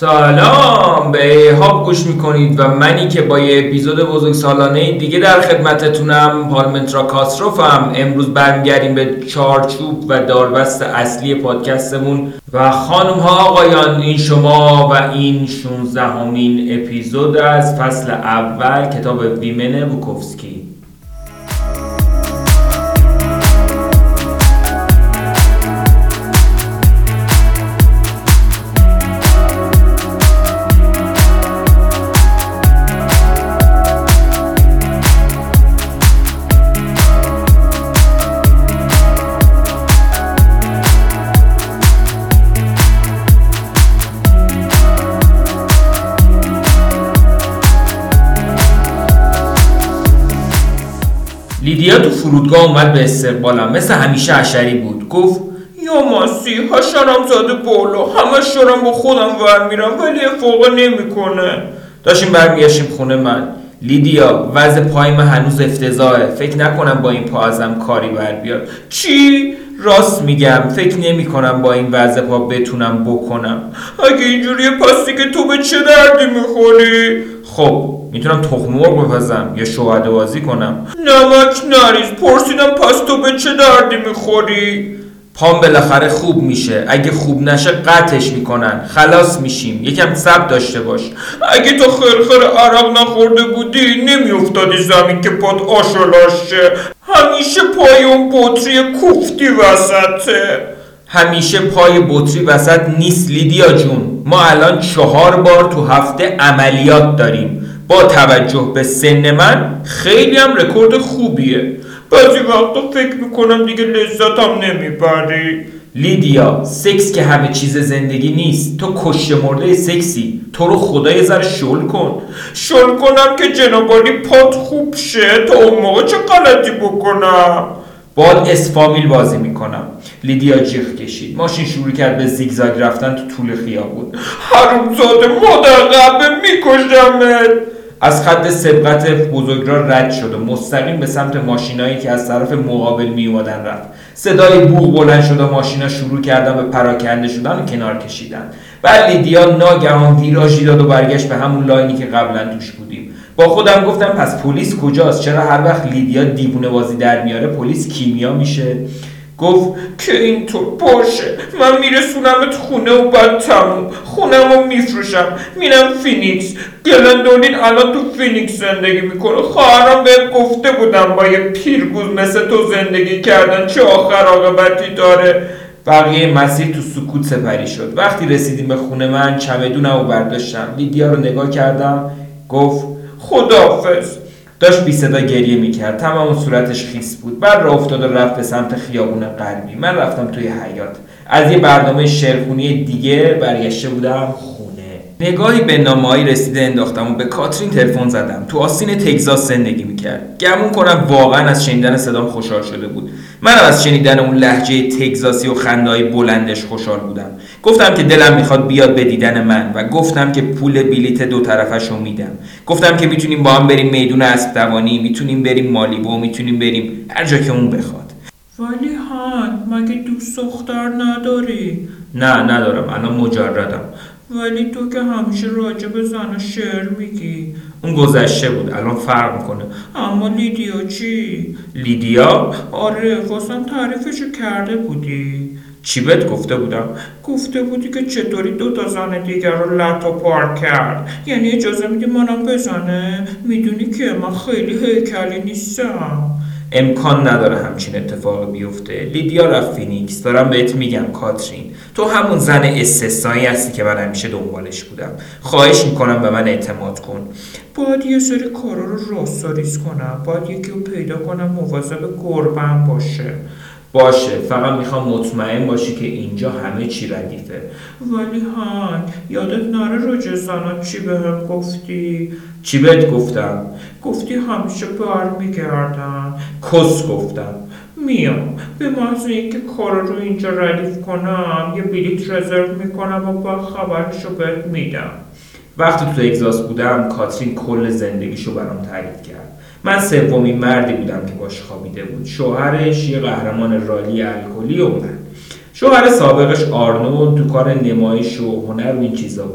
سلام، به هاب گوش میکنید و منی که با یه اپیزود بزرگ سالانه دیگه در خدمتتونم، پارلمنترا کاستروفم. امروز برمیگردیم به چارچوب و داربست اصلی پادکستمون و خانم ها آقایان، این شما و این 16مین اپیزود از فصل اول کتاب ویمن بوکوفسکی. لیدیا تو فرودگاه اومد به استقبالم. مثل همیشه حشری بود. گفت یا ماسی، حشرم زاده بالا، همش دارم با خودم ور میرم ولی افاقه نمیکنه. داشتیم برمیگشتیم خونه من. لیدیا، وضع پای من هنوز افتضاحه. فکر نکنم با این پا ازم کاری بر بیاد. چی؟ راست میگم، فکر نمی کنم با این وضع پا بتونم بکنم. اگه اینجوریه پس دیگه تو به چه دردی میخوری؟ خب میتونم تخم مرغ بپزم یا شهاده بازی کنم. نمک نریز، پرسیدم پس تو به چه دردی میخوری؟ پام بالاخره خوب میشه. اگه خوب نشه قطعش میکنن. خلاص میشیم. یکم صبر داشته باش. اگه تو خرخر عرق نخورده بودی نمیافتادی زمین که پات آشالاش شه. همیشه پای اون بطری کوفتی وسطه. همیشه پای بطری وسط نیست لیدیا جون. ما الان 4 بار تو هفته عملیات داریم. با توجه به سن من خیلی هم رکورد خوبیه. بعضی وقتا فکر میکنم دیگه لذتم نمیبری. لیدیا، سکس که همه چیز زندگی نیست. تو کشته مرده سکسی. تو رو خدا یه ذره شل کن. شل کنم که جنابالی پات خوب شه تا اون موقع چه غلطی بکنم؟ باید اسفامیل بازی میکنم. لیدیا جیغ کشید. ماشین شروع کرد به زیگزاگ رفتن تو طول خیابون. حرومزاده، مادر قبه، میکشمت. از خط سبقت بزرگراه رد شد و مستقیم به سمت ماشینایی که از طرف مقابل می اومدن رفت. صدای بوق بلند شد و ماشینا شروع کردن به پراکنده شدن و کنار کشیدن. بعد لیدیا ناگهان ویراژی داد و برگشت به همون لاینی که قبلا توش بودیم. با خودم گفتم پس پلیس کجاست؟ چرا هر وقت لیدیا دیوونه بازی در میاره پلیس کیمیا میشه؟ گفت که اینطور باشه، من میرسونمت خونه و بعد تموم. خونمو میفروشم، میرم فینیکس. گلندولین الان تو فینیکس زندگی میکنه. خواهرم بهم گفته بودم با یه پیرگوز مثل تو زندگی کردن چه آخر عاقبتی داره. بقیه مسیر تو سکوت سپری شد. وقتی رسیدیم به خونه من چمدونمو برداشتم. لیدیا رو نگاه کردم. گفت خداحافظ. داشت بی صدا گریه میکرد. تمام صورتش خیس بود. بعد راه افتاد و رفت به سمت خیابون غربی. من رفتم توی حیاط. از یه برنامه شعرخوانی دیگه برگشته بودم خونه. نگاهی به نامه‌های رسیده انداختم و به کاترین تلفن زدم. تو آستین تگزاس زندگی میکرد. گمون کنم واقعا از شنیدن صدام خوشحال شده بود. منم از شنیدن اون لهجه تگزاسی و خنده‌های بلندش خوشحال بودم. گفتم که دلم میخواد بیاد به دیدن من و گفتم که پول بلیت 2 طرفشو میدم. گفتم که میتونیم با هم بریم میدون اسب دوانی، میتونیم بریم مالیبو، میتونیم بریم هر جا که اون بخواد. ولی هان، مگه دوست دختر نداری؟ نه ندارم، الان مجردم. ولی تو که همیشه راجع به زن شعر میگی. اون گذشته بود، الان فرق میکنه. اما لیدیا چی؟ لیدیا؟ آره، خواستم تعریفشو کرده بودی. چی بهت گفته بودم؟ گفته بودی که چطوری 2 زن دیگر رو لط و پار کرد. یعنی اجازه میدی منم بزنه؟ میدونی که من خیلی هیکلی نیستم. امکان نداره همچین اتفاقی بیفته. لیدیا رفت فینیکس. دارم بهت میگم کاترین، تو همون زن استثنایی هستی که من همیشه دنبالش بودم. خواهش میکنم به من اعتماد کن. باید یه سری کارا رو راستاریز کنم. باید یکی رو پیدا کنم مواظب گربه‌ام باشه، فقط میخوام مطمئن باشی که اینجا همه چی ردیفه. ولی هان، یادت نره راجع زنات چی بهم گفتی؟ چی بهت گفتم؟ گفتی همیشه برمیگردن. کس گفتم. میام به محض اینکه کارا رو اینجا ردیف کنم یه بلیت رزرو میکنم و با خبرشو بهت میدم. وقتی تو تگزاس بودم کاترین کل زندگیشو برام تعریف کرد. من 3مین مردی بودم که باش خوابیده بود. شوهرش یه قهرمان رالی الکلی و من. شوهر سابقش آرنولد تو کار نمایش و هنر و این چیزا بود.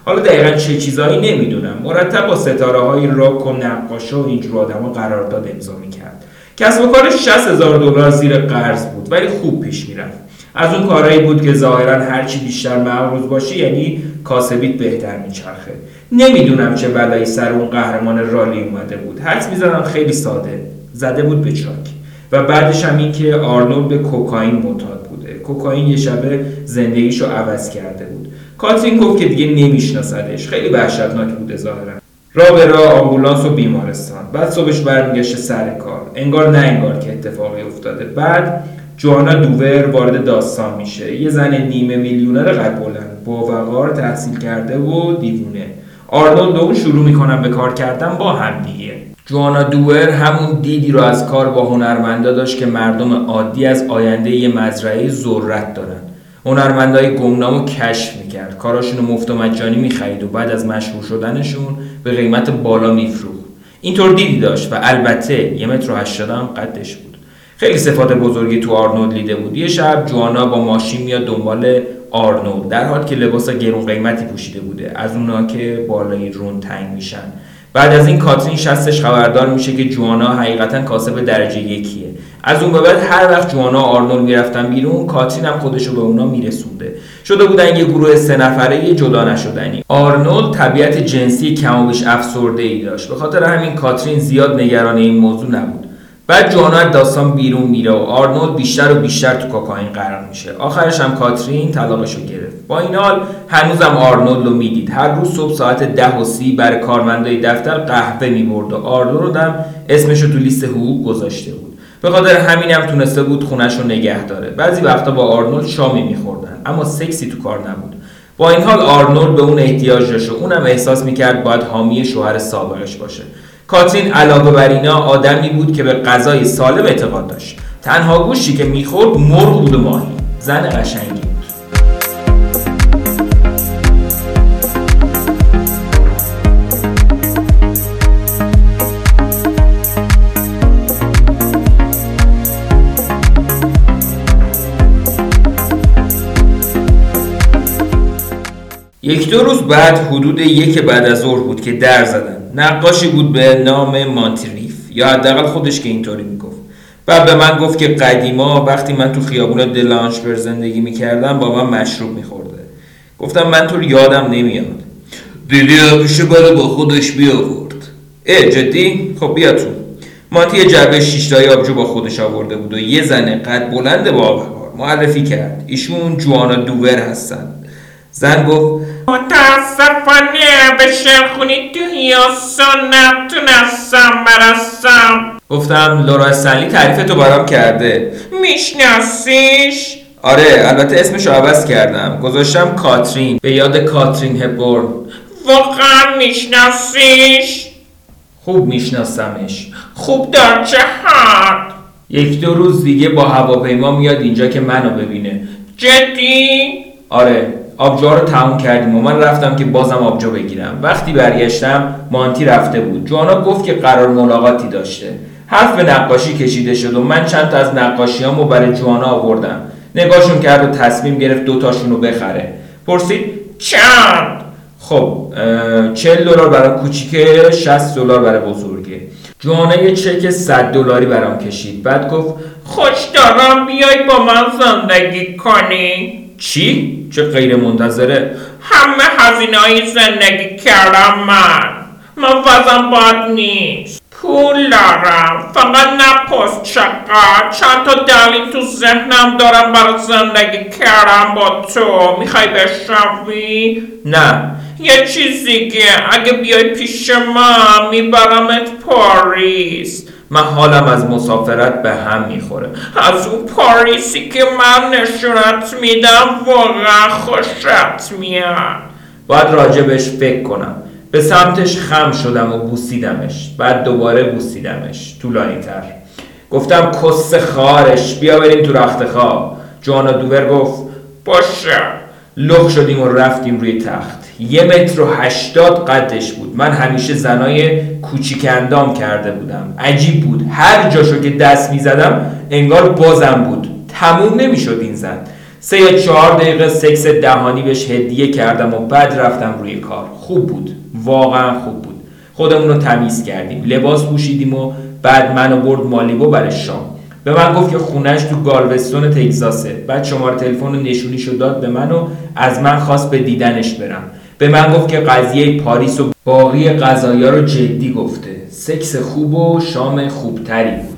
حالا دقیقا چه چیزایی نمیدونم. مرتب با ستاره های راک و نقاشا و اینجور آدما قرارداد امضا میکرد. کسب و کارش $60,000 زیر قرض بود ولی خوب پیش میرفت. از اون کارهایی بود که ظاهرا هرچی بیشتر مغروض باشه یعنی کاسبیت بهتر میچرخه. نمیدونم چه بلایی سر اون قهرمان رالی اومده بود. حدس میزنم خیلی ساده، زده بود به چاک. و بعدش هم این که آرنولد به کوکائین معتاد بوده. کوکائین یه شبه زندگیشو عوض کرده بود. کاترین گفت که دیگه نمیشناسدش. خیلی وحشتناک بوده ظاهرا. راه به راه آمبولانس و بیمارستان. بعد صبحش برمیگشته سر کار. انگار نه انگار که اتفاقی افتاده. بعد جوانا دوور وارد داستان میشه. یه زن نیمه میلیونر قد بلند، با وقار، تحصیل کرده و دیوونه. آرنولد و اون شروع میکنن به کار کردن با هم دیگه. جوانا دوور همون دیدی رو از کار با هنرمندا داشت که مردم عادی از آینده یه مزرعه ذرت دارن. هنرمندای گمنامو کشف میکرد، کاراشون رو مفت و مجانی میخرید و بعد از مشهور شدنشون به قیمت بالا میفروخت. اینطور دیدی داشت و البته 1.80 متر هم قدش بود. خیلی صفات بزرگی تو آرنولد دیده بود. یه شب جوانا با ماشین میاد دنبال آرنولد در حالی که لباس گرون قیمتی پوشیده بوده، از اونا که بالای رون تنگ میشن. بعد از این کاترین شستش خبردار میشه که جوانا حقیقتا کاسب درجه یکیه. از اون به بعد هر وقت جوانا و آرنولد میرفتن بیرون، کاترین هم خودشو به اونا میرسونده. شده بودن یه گروه 3 نفره جدا نشدنی. آرنولد طبیعت جنسی کم و بیش افسرده‌ای داشت، به خاطر همین کاترین زیاد نگران این موضوع نبود. بعد جوانا از داستان بیرون میره و آرنولد بیشتر و بیشتر تو کوکائین غرق میشه. آخرش هم کاترین طلاقشو گرفت. با این حال هنوزم آرنولد رو میدید. هر روز صبح ساعت 10:30 برای کارمندای دفتر قهوه میبرد و آرنولد هم اسمشو تو لیست حقوق گذاشته بود. به خاطر همینم تونسته بود خونه‌شو نگه داره. بعضی وقتا با آرنولد شامی میخوردن، اما سکسی تو کار نبود. با این حال آرنولد به اون احتیاج داشت و اونم احساس میکرد باید حامی شوهر سابقش باشه. کاترین علاوه بر اینا آدمی بود که به غذای سالم اعتقاد داشت. تنها گوشتی که میخورد مرغ بود و ماهی. زن قشنگی بود. یک دو روز بعد حدود 1 بعد از ظهر بود که در زدن. نقاشی بود به نام مانتریف، یا حداقل خودش که اینطوری میگفت. بعد به من گفت که قدیما وقتی من تو خیابون دلانشبر زندگی میکردم با من مشروب میخورده. گفتم من تو یادم نمیاد. دیدی همیشه برای با خودش بیاورد. جدی؟ خب بیا تو. مانتی یه جعبه 6 تای آبجو با خودش آورده بود و یه زن قد بلند با آبهوار معرفی کرد. ایشون جوانا دوور هستن. زن گفت متاسفانه به شیرخونی تو هیاسان نتونستم برسم. گفتم لورا استنلی تعریفتو برام کرده. میشناسیش؟ آره، البته اسمشو عوض کردم، گذاشتم کاترین به یاد کاترین هپبورن. واقعا میشناسیش؟ خوب میشناسمش. خوب در چه حد؟ 1-2 روز دیگه با هواپیما میاد اینجا که منو ببینه. جدی؟ آره، آبجوها رو تموم کردیم و من رفتم که بازم آبجو بگیرم. وقتی برگشتم مانتی رفته بود. جوانا گفت که قرار ملاقاتی داشته. حرف به نقاشی کشیده شد و من چند تا از نقاشیامو برای جوانا آوردم. نگاهشون کرد و تصمیم گرفت 2 تاشون رو بخره. پرسید چند؟ خب $40 برای کوچیکه، $60 برای بزرگه. جوانا یه چک $100 برام کشید. بعد گفت خوش دارم بیای با من زندگی کنی. چی؟ چه غیر منتظره؟ همه هزینه‌های زندگی کردم من وضعم بد نیست. پول دارم، فقط نپرس چقدر. چند تا دلیل تو ذهنم دارم برای زندگی کردم با تو. میخوای بشنوی؟ نه. یه چیزی که اگه بیای پیش من میبرمت پاریس. من حالم از مسافرت به هم میخوره. از اون پاریسی که من نشونت میدم واقعا خوشت میاد. باید راجبش فکر کنم. به سمتش خم شدم و بوسیدمش. بعد دوباره بوسیدمش طولانی تر. گفتم کس خارش، بیا بریم تو رخت خواب. جوانا دوور گفت باشه. لخ شدیم و رفتیم روی تخت. 1.80 متر قدش بود. من همیشه زنای کوچیک اندام کرده بودم. عجیب بود، هر جاشو که دست می زدم انگار بازم بود. تموم نمی شد این زن. 3 یا 4 دقیقه سکس دهانی بهش هدیه کردم و بعد رفتم روی کار. خوب بود، واقعا خوب بود. خودمون رو تمیز کردیم، لباس پوشیدیم و بعد منو برد مالیبو برای شام. به من گفت که خونهش تو گالوستون تگزاسه. بعد شماره تلفن و نشونیشو داد به من و از من خواست به دیدنش برم. به من گفت که قضیه پاریس و باقی قضایا رو جدی گفته. سکس خوب و شام خوبتری بود.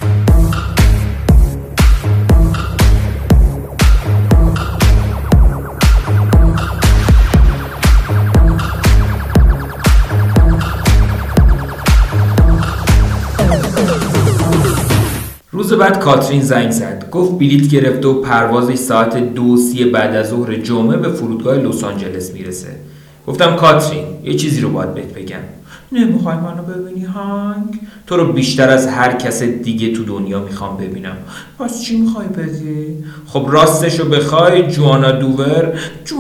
روز بعد کاترین زنگ زد. گفت بلیط گرفته و پروازش ساعت 2:30 بعد از ظهر جمعه به فرودگاه لس آنجلس میرسه. گفتم کاترین یه چیزی رو باید بهت بگم. نمیخوای منو ببینی هنگ؟ تو رو بیشتر از هر کس دیگه تو دنیا میخوام ببینم. پس چی میخوای بگی؟ خب راستشو بخوای جوانا دوور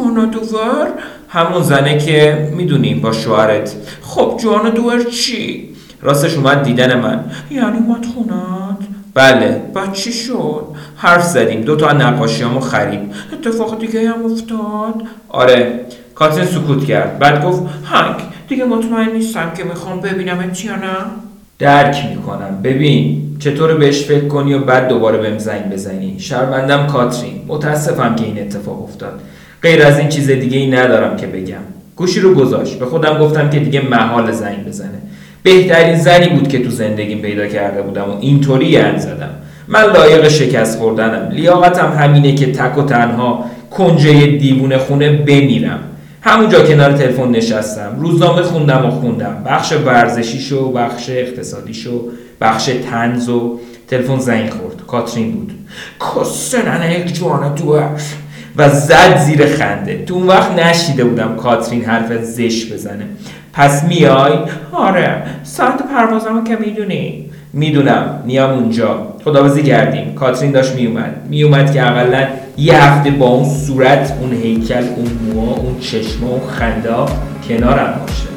همون زنه که میدونیم با شوهرت. خب جوانا دوور چی؟ راستش اومد دیدن من. یعنی اومد خونت؟ بله. بعد چی شد؟ حرف زدیم، 2 تا نقاشیامو خرید. اتفاق دیگه هم افتاد؟ آره. کاترین سکوت کرد. بعد گفت هنگ دیگه مطمئن نیستم که میخوام ببینمت یا نه؟ درک میکنم. ببین چطور بهش فکر کنی و بعد دوباره بهم زنگ بزنی. شرمندم کاترین، متاسفم که این اتفاق افتاد. غیر از این چیز دیگه ای ندارم که بگم. گوشی رو گذاشت. به خودم گفتم که دیگه محال زنگ بزنه. بهترین زنی بود که تو زندگیم پیدا کرده بودم و اینطوری یعنی زدم. من لایق شکست خوردنم. لیاقتم همینه که تک و تنها کنجه دیوونه خونه بمیرم. همونجا کنار تلفن نشستم، روزنامه خوندم، بخش ورزشیشو، بخش اقتصادیشو، بخش طنز و تلفن زنگ خورد. کاترین بود. کسننه یک جوانا دوار و زد زیر خنده. تو اون وقت نشیده بودم کاترین حرف زشت بزنه. پس میای؟ آره، ساعت پروازمو که میدونی؟ میدونم، میام اونجا. خداحافظی کردیم. کاترین داشت میومد که اقلا یه هفته با اون صورت، اون هیکل، اون موها، اون چشما، اون خنده کنارم باشه.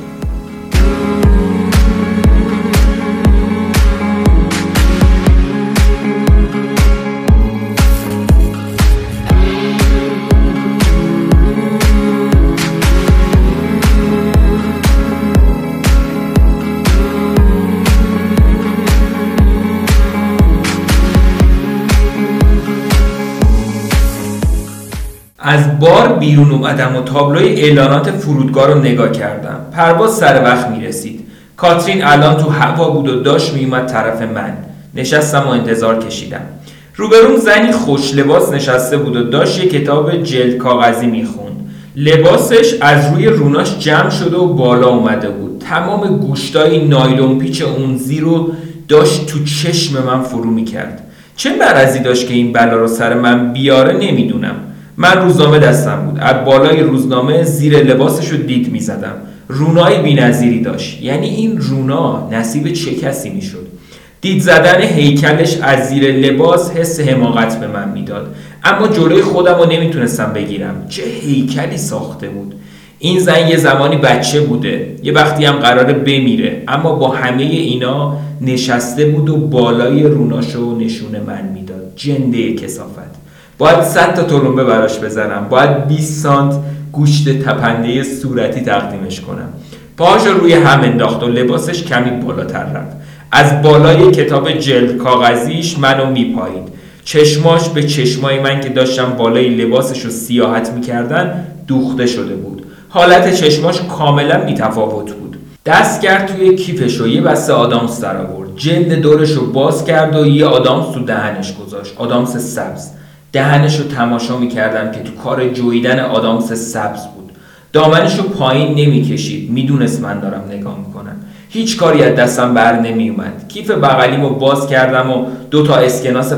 از بار بیرون اومدم و تابلوی اعلانات فرودگاه رو نگاه کردم. پرواز سر وقت میرسید. کاترین الان تو هوا بود و داشت میومد طرف من. نشستم و انتظار کشیدم. روبروم زنی خوش لباس نشسته بود و داشت یه کتاب جلد کاغذی میخوند. لباسش از روی روناش جمع شده و بالا اومده بود. تمام گوشتای نایلون پیچ اونزی رو داشت تو چشم من فرو میکرد. چه مرضی داشت که این بلا رو سر من بیاره نمیدونم. من روزنامه دستم بود. از بالای روزنامه زیر لباسش رو دید میزدم. رونای بی‌نظیری داشت. یعنی این رونا نصیب چه کسی میشد؟ دید زدن هیکلش از زیر لباس حس حماقت به من میداد. اما جلوی خودم رو نمیتونستم بگیرم. چه هیکلی ساخته بود. این زن یه زمانی بچه بوده. یه وقتی هم قراره بمیره. اما با همه اینا نشسته بود و بالای روناشو نشون من میداد. جنده کثافت. باید 100 تا تلمبه براش بزنم. باید 20 سانت گوشت تپنده صورتی تقدیمش کنم. پاهاش روی هم انداخت و لباسش کمی بالاتر رفت. از بالای کتاب جلد کاغذیش منو میپایید. چشماش به چشمای من که داشتم بالای لباسش رو سیاحت میکردن دوخته شده بود. حالت چشماش کاملا بی‌تفاوت بود. دست کرد توی کیفش و یه بسته آدامس در آورد. جلد دورش رو باز کرد و یه آدامس تو دهنش گذاشت. آدامس سبز. دهنش رو تماشا میکردم که تو کار جویدن آدامس سبز بود. دامنش رو پایین نمیکشید. میدونست من دارم نگاه میکنم. هیچ کاری از دستم بر نمی اومد. کیف بغلیمو باز کردم و 2 تا اسکناس $50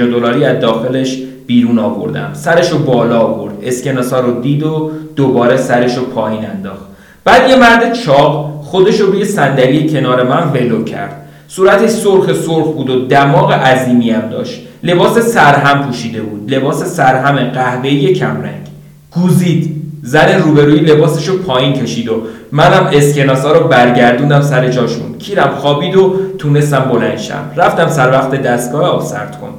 از داخلش بیرون آوردم. سرشو بالا آورد. اسکناسا رو دید و دوباره سرشو پایین انداخت. بعد یه مرد چاق خودشو روی صندلی کنار من ولو کرد. صورتش سرخ بود و دماغ عظیمی هم داشت. لباس سرهم پوشیده بود. لباس سرهم قهوه‌ای کمرنگ. گوزید. زن روبروی لباسشو پایین کشید و منم اسکناسا رو برگردوندم سر جاشون. کیرم خوابید و تونستم بلند شم. رفتم سر وقت دستگاه آب سرد کن.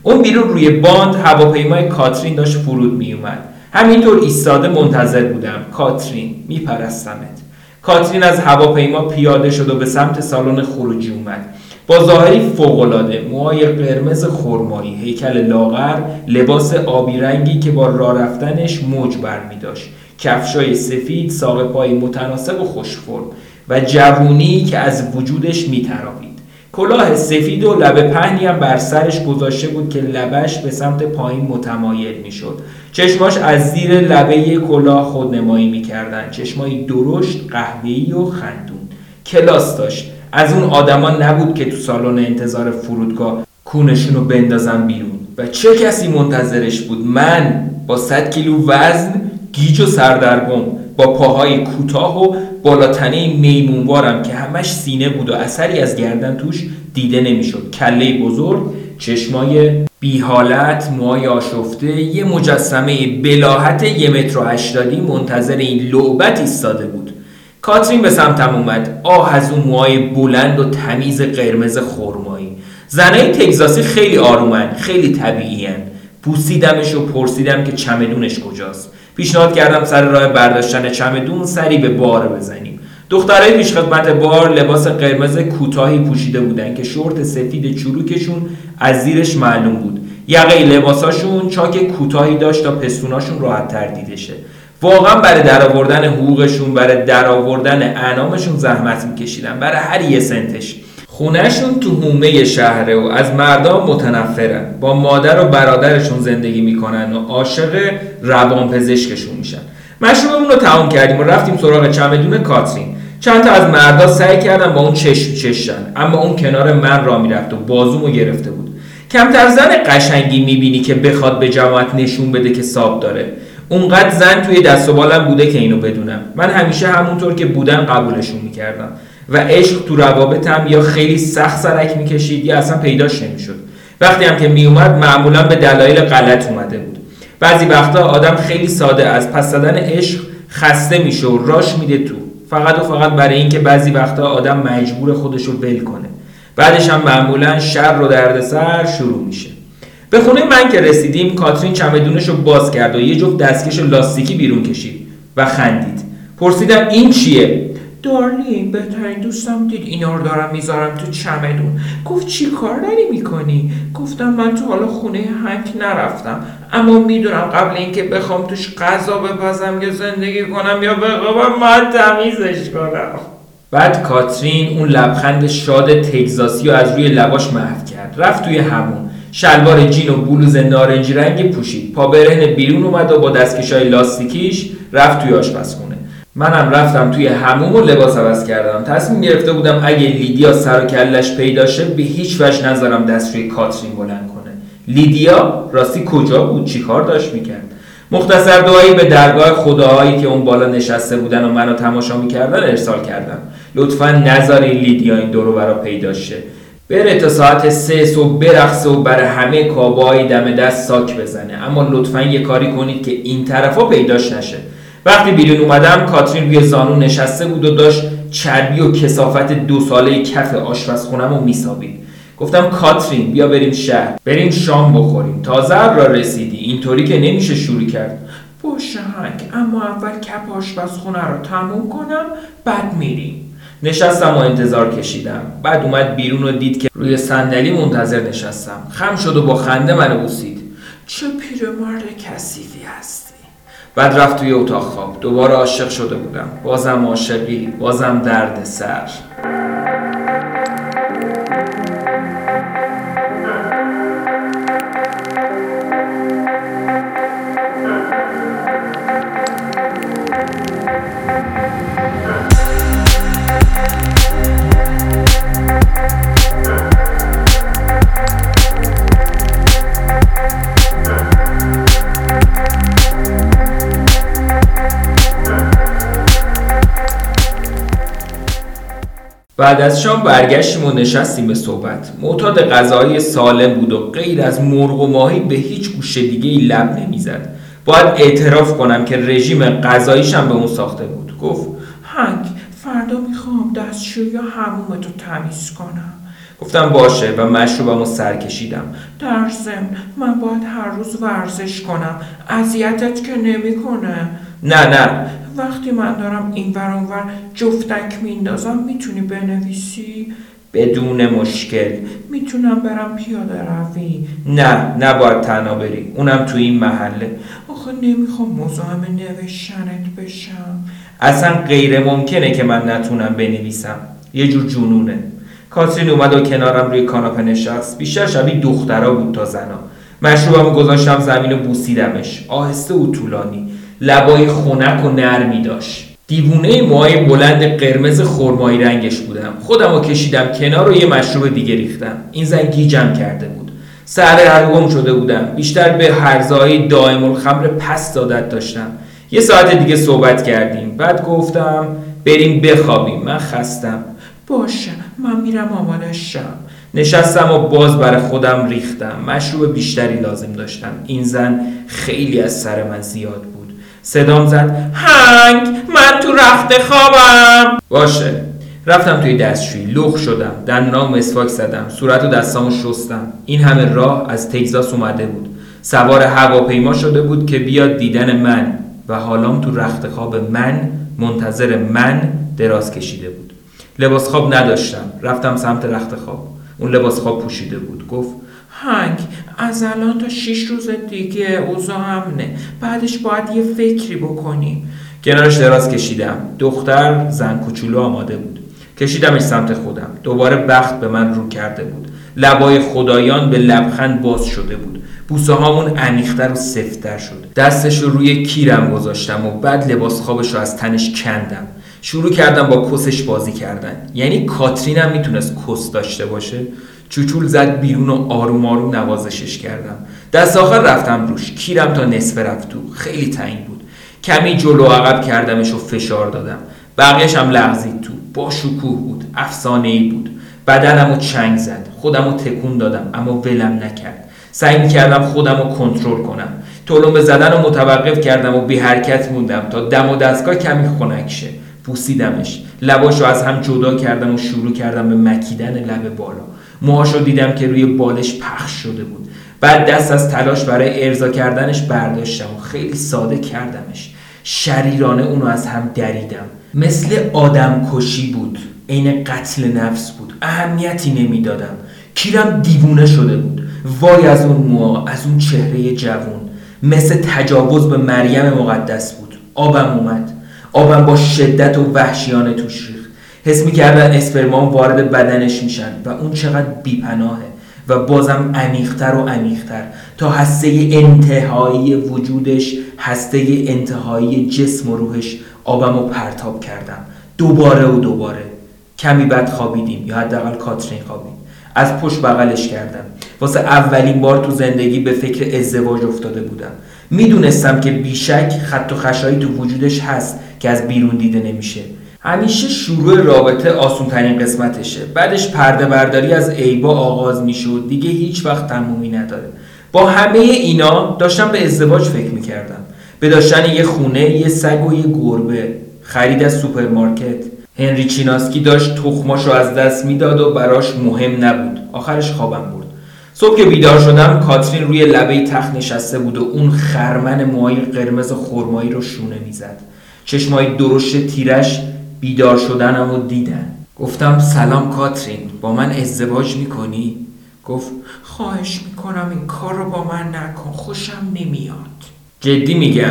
اون بیرون روی باند هواپیمای کاترین داشت فرود می اومد. همینطور ایستاده منتظر بودم. کاترین، میپرستمت. کاترین از هواپیما پیاده شد و به سمت سالن خروجی اومد. با ظاهری فوق‌العاده، موهای قرمز خرمایی، هیکل لاغر، لباس آبی رنگی که با راه رفتنش موج برمی داشت، کفشای سفید، ساق پای متناسب و خوش فرم و جوونی که از وجودش میتراوید. کلاه سفید و لبه پهنی هم بر سرش گذاشته بود که لبش به سمت پایین متمایل میشد. چشماش از زیر لبه کلاه خودنمایی میکردن، چشمای درشت، قهوه‌ای و خندون. کلاس داشت. از اون آدما نبود که تو سالن انتظار فرودگاه کونشونو بندازن بیرون. و چه کسی منتظرش بود؟ من با 100 کیلو وزن، گیج و سردرگم، با پاهای کوتاه و بالاتنه میمونوارم که همش سینه بود و اثری از گردن توش دیده نمیشد، کله بزرگ، چشمای بی حالت، موهای آشفته، یه مجسمه بلاحت 1.80 متر منتظر این لعبت ایستاده بود. کاترین به سمتم اومد. آه از اون موهای بلند و تمیز قرمز خرمایی. زنای تگزاسی خیلی آرومن، خیلی طبیعی‌ان. بوسیدمش و پرسیدم که چمدونش کجاست. پیشنهاد کردم سر راه برداشتن چمدون سری به بار بزنیم. دخترای پیشخدمت بار لباس قرمز کوتاهی پوشیده بودن که شورت سفید چروکشون از زیرش معلوم بود. یقه لباساشون چاک کوتاهی داشت تا پستوناشون راحت‌تر دیده شه. واقعا برای درآوردن حقوقشون، برای درآوردن انعامشون زحمت میکشیدن، برای هر یه سنتش. خونهشون تو حومه شهره و از مردم متنفرن. با مادر و برادرشون زندگی میکنن و عاشق روانپزشکشون میشن. مشروبمون رو تمام کردیم و رفتیم سراغ چمدون کاترین. چند تا از مردا سعی کردن با اون چشم چشن، اما اون کنار من راه میرفت و بازومو گرفته بود. کمتر زن قشنگی میبینی که بخواد به جماعت نشون بده که ساب داره. اونقدر زن توی دست و بالم بوده که اینو بدونم. من همیشه همونطور که بودن قبولشون میکردم و عشق تو روابطم یا خیلی سخت سرک میکشید یا اصلا پیداش نمیشد. وقتی هم که میومد معمولا به دلایل غلط اومده بود. بعضی وقتا آدم خیلی ساده از پس زدن عشق خسته میشه و راش میده تو، فقط و فقط برای اینکه بعضی وقتا آدم مجبور خودشو ول کنه. بعدش هم معمولا شر و دردسر شروع میشه. به خونه من که رسیدیم کاترین چمدونشو باز کرد و یه جفت دستکش لاستیکی بیرون کشید و خندید. پرسیدم این چیه؟ دارلینگ بهترین دوستم دید اینا رو دارم میذارم تو چمدون. گفت چی کار داری میکنی؟ گفتم من تو حالا خونه هنگ نرفتم، اما میدونم قبل اینکه بخوام توش غذا بپزم یا زندگی کنم یا بخوام من تمیزش کنم. بعد کاترین اون لبخند شاد تگزاسی رو از روی لباش محو کرد. رفت توی همون، شلوار جین و بلوز نارنجی رنگی پوشید، پا برهنه بیرون اومد و با دستکشای لاستیکیش رفت توی آشپزخونه. منم رفتم توی حموم و لباس عوض کردم. تصمیم گرفته بودم اگه لیدیا سر و کلش پیدا شه به هیچ وجه نذارم دست روی کاترین بلند کنه. لیدیا راستی کجا بود؟ چی کار داشت میکرد؟ مختصر دعایی به درگاه خداهایی که اون بالا نشسته بودن و منو تماشا میکردن ارسال کردم. لطفاً نذارین لیدیا این دورو برا پیدا شه. بره تا ساعت 3 صبح برقصه و برای همه کابایی دم دست ساک بزنه، اما لطفاً یه کاری کنید که این طرفا پیداش نشه. وقتی بیرون اومدم کاترین روی زانو نشسته بود و داشت چربی و کثافت 2 ساله کف آشپزخونه‌مو میسابید. گفتم کاترین بیا بریم شهر، بریم شام بخوریم، تازه را رسیدی، اینطوری که نمیشه شروع کرد. باشه هنگ، اما اول کف آشپزخونه رو تموم کنم بعد میریم. نشستم و انتظار کشیدم. بعد اومد بیرون و دید که روی صندلی منتظر نشستم. خم شد و با خنده منو بوسید. چه پیرمرد کثیفی هستی. بعد رفت توی اتاق خواب. دوباره عاشق شده بودم. بازم عاشقی، بازم درد سر. بعد از شام برگشتیم و نشستیم به صحبت. معتاد غذایی سالم بود و غیر از مرغ و ماهی به هیچ گوشه دیگه‌ای لب نمیزد. باید اعتراف کنم که رژیم غذاییشم به اون ساخته بود. گفت هنگ فردا میخوام دستشویی یا حمومتو تمیز کنم. گفتم باشه و مشروبمو سر کشیدم. در ضمن من باید هر روز ورزش کنم، اذیتت که نمیکنه؟ نه. وقتی من دارم این ور اون ور جفتک میندازم میتونی بنویسی؟ بدون مشکل. میتونم برم پیاده روی؟ نه نباید تنها بری، اونم تو این محله. آخه نمیخوام مزاحم نوشتنت بشم. اصلا غیر ممکنه که من نتونم بنویسم، یه جور جنونه. کاترین اومد و کنارم روی کاناپه نشست. بیشتر شبیه دخترا بود تا زنا. مشروبمو گذاشتم زمین و بوسیدمش، آهسته و طولانی. لبای خنک و نرمی داشت. دیوونه موهای بلند قرمز خرمایی رنگش بودم. خودمو کشیدم کنار و یه مشروب دیگه ریختم. این زن گیجم کرده بود. سرگرم شده بودم. بیشتر به هرزهای دائم الخمر پست عادت داشتم. یه ساعت دیگه صحبت کردیم. بعد گفتم بریم بخوابیم، من خستم. باشه من میرم آماده شم. نشستم و باز برای خودم ریختم. مشروب بیشتری لازم داشتم. این زن خیلی از سر من زیاد بود. صدام زد هنگ من تو رخت خوابم. باشه. رفتم توی دستشویی، لخت شدم، دندونام مسواک زدم، صورت و دستامو شستم. این همه راه از تگزاس اومده بود، سوار هواپیما شده بود که بیاد دیدن من و حالام تو رخت خواب من منتظر من دراز کشیده بود. لباس خواب نداشتم. رفتم سمت رخت خواب. اون لباس خواب پوشیده بود. گفت هنگ از الان تا 6 روز دیگه اوضاع امنه، بعدش باید یه فکری بکنیم. کنارش دراز کشیدم. دختر زن کوچولو آماده بود. کشیدمش سمت خودم. دوباره بخت به من رو کرده بود. لبای خدایان به لبخند باز شده بود. بوسه هامون عمیق‌تر و سفت‌تر شد. دستش رو روی کیرم گذاشتم و بعد لباس خوابش رو از تنش کندم. شروع کردم با کسش بازی کردن. یعنی کاترین هم میتونست کس داشته باشه؟ چوچول زد بیرون و آروم آروم نوازشش کردم. دست آخر رفتم روش. کیرم تا نصف رفت تو. خیلی تنگ بود. کمی جلو عقب کردمش و فشار دادم. بقیه‌ش هم لغزید تو. با شکوه بود. افسانه‌ای بود. بدنمو چنگ زد. خودمو تکون دادم اما ولم نکرد. سعی می‌کردم خودمو کنترل کنم. تلمبه زدن رو متوقف کردم و بی حرکت موندم تا دم و دستگاه کمی خنک شه. بوسیدمش. لباشو از هم جدا کردم و شروع کردم به مکیدن لب بالا. موهاشو دیدم که روی بالش پخش شده بود. بعد دست از تلاش برای ارضا کردنش برداشتم و خیلی ساده کردمش. شریرانه اونو از هم دریدم. مثل آدم کشی بود. عین قتل نفس بود. اهمیتی نمیدادم. کیرم دیوونه شده بود. وای از اون موها، از اون چهره جوون. مثل تجاوز به مریم مقدس بود. آبم اومد. آبم با شدت و وحشیانه توش ریخت. حس می‌کردن اسپرمام وارد بدنش میشن و اون چقدر بی‌پناهه و بازم عمیق‌تر و عمیق‌تر تا هسته انتهایی وجودش، هسته انتهایی جسم و روحش. آبمو پرتاب کردم دوباره و دوباره. کمی بعد خوابیدیم، یا حداقل کاترین خوابید. از پشت بغلش کردم. واسه اولین بار تو زندگی به فکر ازدواج افتاده بودم. میدونستم که بیشک خط و خشایی تو وجودش هست که از بیرون دیده نمیشه. همیشه شروع رابطه آسون ترین قسمتشه. بعدش پرده برداری از عیبا آغاز میشه و دیگه هیچ وقت تمومی نداره. با همه اینا داشتم به ازدواج فکر میکردم. به داشتن یه خونه، یه سگ و یه گربه. خرید از سوپرمارکت. هنری چیناسکی داشت تخماشو از دست میداد و براش مهم نبود. آخرش خوابم برد. صبح که بیدار شدم کاترین روی لبه تخت نشسته بود و اون خرمن موهای قرمز خرمایی رو شونه میزد. چشمای درشت تیرش بیدار شدنمو دیدن. گفتم سلام کاترین، با من ازدواج میکنی؟ گفت خواهش میکنم این کار رو با من نکن، خوشم نمیاد. جدی میگم.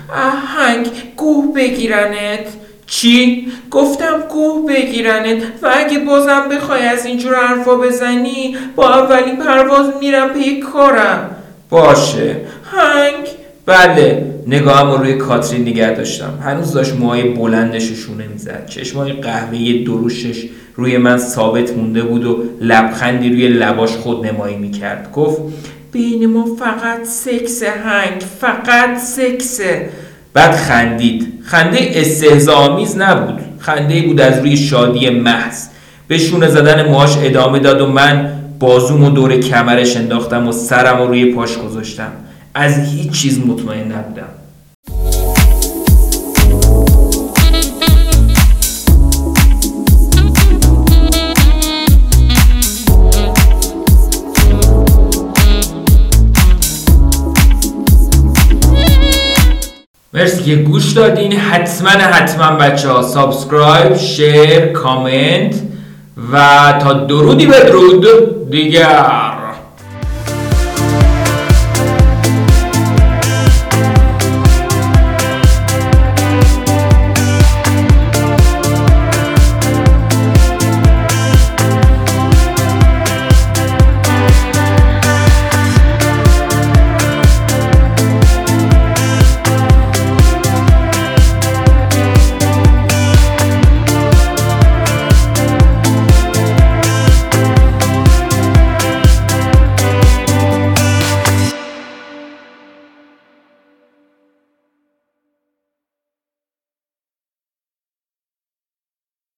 هنگ گوه بگیرنت. چی؟ گفتم گوه بگیرنت و اگه بازم بخوای از اینجور حرفا بزنی با اولین پرواز میرم پی کارم. باشه. هنگ؟ بله. نگاهم رو روی کاترین نگه داشتم. هنوز داشت موهای بلندش رو شونه میزد. چشمای قهوه‌ای درشتش روی من ثابت مونده بود و لبخندی روی لباش خود نمایی میکرد. گفت بین ما فقط سکس هنگ، فقط سکسه. بعد خندید. خنده استهزاآمیز نبود. خنده بود از روی شادی محض. به شونه زدن موهاش ادامه داد و من بازومو دور کمرش انداختم و سرمو روی پاش گذاشتم. از هیچ چیز مطمئن نبودم. مرسی که گوش دادین. حتما بچه ها سابسکرایب، شیر، کامنت و تا درودی بدرود دیگه.